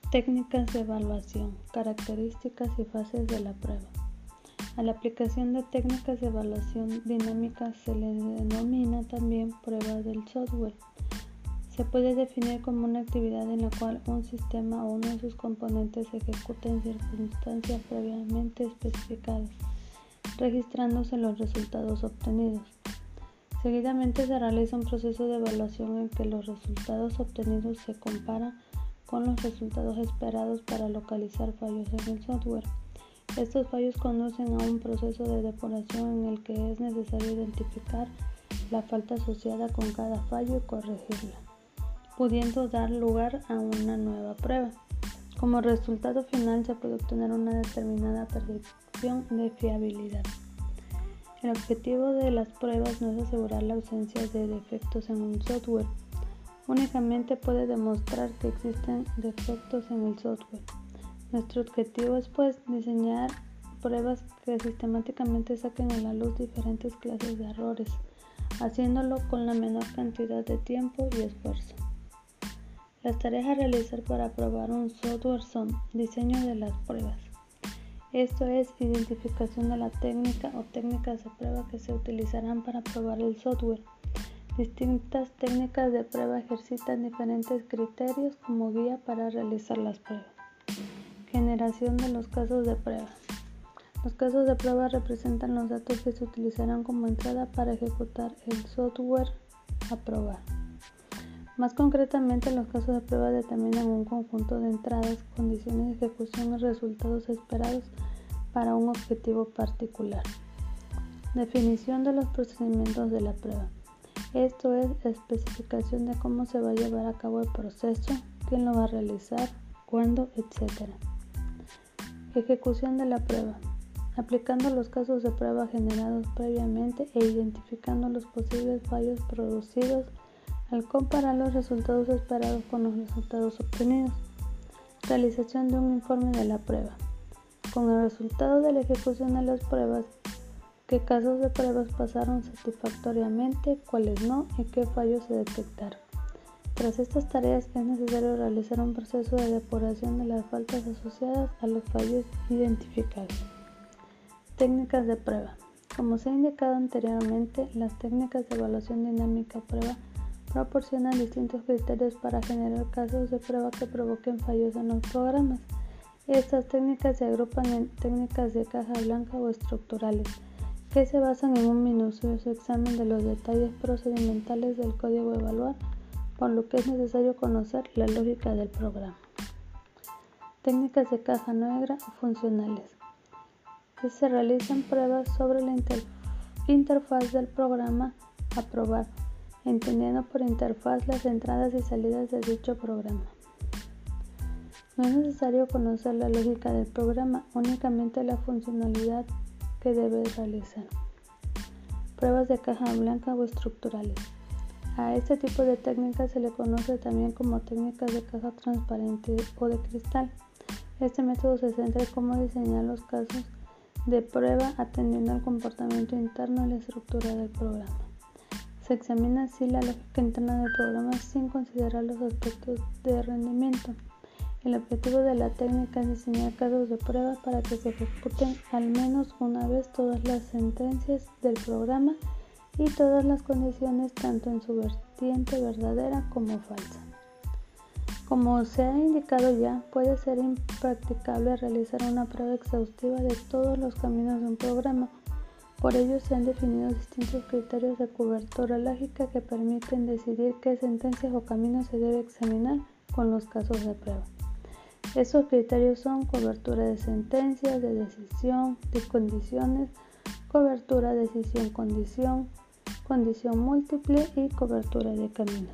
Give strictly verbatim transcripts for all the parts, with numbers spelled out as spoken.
Técnicas de evaluación, características y fases de la prueba. A la aplicación de técnicas de evaluación dinámica se le denomina también prueba del software. Se puede definir como una actividad en la cual un sistema o uno de sus componentes ejecuta en circunstancias previamente especificadas, registrándose los resultados obtenidos. Seguidamente se realiza un proceso de evaluación en que los resultados obtenidos se comparan con los resultados esperados para localizar fallos en el software. Estos fallos conducen a un proceso de depuración en el que es necesario identificar la falta asociada con cada fallo y corregirla, pudiendo dar lugar a una nueva prueba. Como resultado final se puede obtener una determinada predicción de fiabilidad. El objetivo de las pruebas no es asegurar la ausencia de defectos en un software, únicamente puede demostrar que existen defectos en el software. Nuestro objetivo es, pues, diseñar pruebas que sistemáticamente saquen a la luz diferentes clases de errores, haciéndolo con la menor cantidad de tiempo y esfuerzo. Las tareas a realizar para probar un software son: diseño de las pruebas. Esto es, identificación de la técnica o técnicas de prueba que se utilizarán para probar el software. Distintas técnicas de prueba ejercitan diferentes criterios como guía para realizar las pruebas. Generación de los casos de prueba. Los casos de prueba representan los datos que se utilizarán como entrada para ejecutar el software a probar. Más concretamente, los casos de prueba determinan un conjunto de entradas, condiciones de ejecución y resultados esperados para un objetivo particular. Definición de los procedimientos de la prueba. Esto es, especificación de cómo se va a llevar a cabo el proceso, quién lo va a realizar, cuándo, etcétera. Ejecución de la prueba. Aplicando los casos de prueba generados previamente e identificando los posibles fallos producidos al comparar los resultados esperados con los resultados obtenidos. Realización de un informe de la prueba. Con el resultado de la ejecución de las pruebas, qué casos de pruebas pasaron satisfactoriamente, cuáles no y qué fallos se detectaron. Tras estas tareas es necesario realizar un proceso de depuración de las faltas asociadas a los fallos identificados. Técnicas de prueba. Como se ha indicado anteriormente, las técnicas de evaluación dinámica prueba proporcionan distintos criterios para generar casos de prueba que provoquen fallos en los programas. Estas técnicas se agrupan en técnicas de caja blanca o estructurales, que se basan en un minucioso examen de los detalles procedimentales del código a evaluar, por lo que es necesario conocer la lógica del programa. Técnicas de caja negra o funcionales. Que se realizan pruebas sobre la inter- interfaz del programa a probar, entendiendo por interfaz las entradas y salidas de dicho programa. No es necesario conocer la lógica del programa, únicamente la funcionalidad que debe realizar. Pruebas de caja blanca o estructurales. A este tipo de técnicas se le conoce también como técnicas de caja transparente o de cristal. Este método se centra en cómo diseñar los casos de prueba atendiendo al comportamiento interno y la estructura del programa. Se examina así la lógica interna del programa sin considerar los aspectos de rendimiento. El objetivo de la técnica es diseñar casos de prueba para que se ejecuten al menos una vez todas las sentencias del programa y todas las condiciones, tanto en su vertiente verdadera como falsa. Como se ha indicado ya, puede ser impracticable realizar una prueba exhaustiva de todos los caminos de un programa. Por ello se han definido distintos criterios de cobertura lógica que permiten decidir qué sentencias o caminos se debe examinar con los casos de prueba. Estos criterios son cobertura de sentencias, de decisión, de condiciones, cobertura decisión-condición, condición múltiple y cobertura de caminos.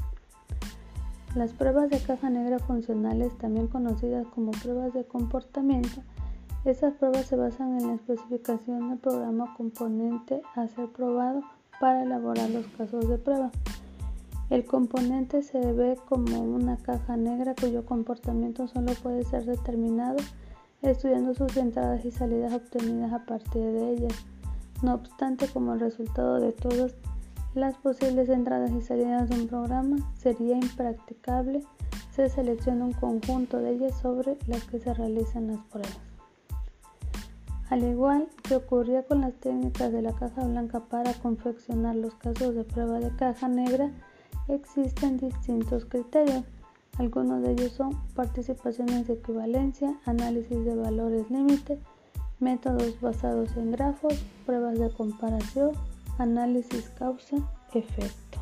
Las pruebas de caja negra funcionales, también conocidas como pruebas de comportamiento, estas pruebas se basan en la especificación del programa componente a ser probado para elaborar los casos de prueba. El componente se ve como una caja negra cuyo comportamiento solo puede ser determinado estudiando sus entradas y salidas obtenidas a partir de ellas. No obstante, como el resultado de todas las posibles entradas y salidas de un programa sería impracticable, Se selecciona un conjunto de ellas sobre las que se realizan las pruebas. Al igual que ocurría con las técnicas de la caja blanca para confeccionar los casos de prueba de caja negra, existen distintos criterios. Algunos de ellos son participaciones de equivalencia, análisis de valores límite, métodos basados en grafos, pruebas de comparación, análisis causa-efecto.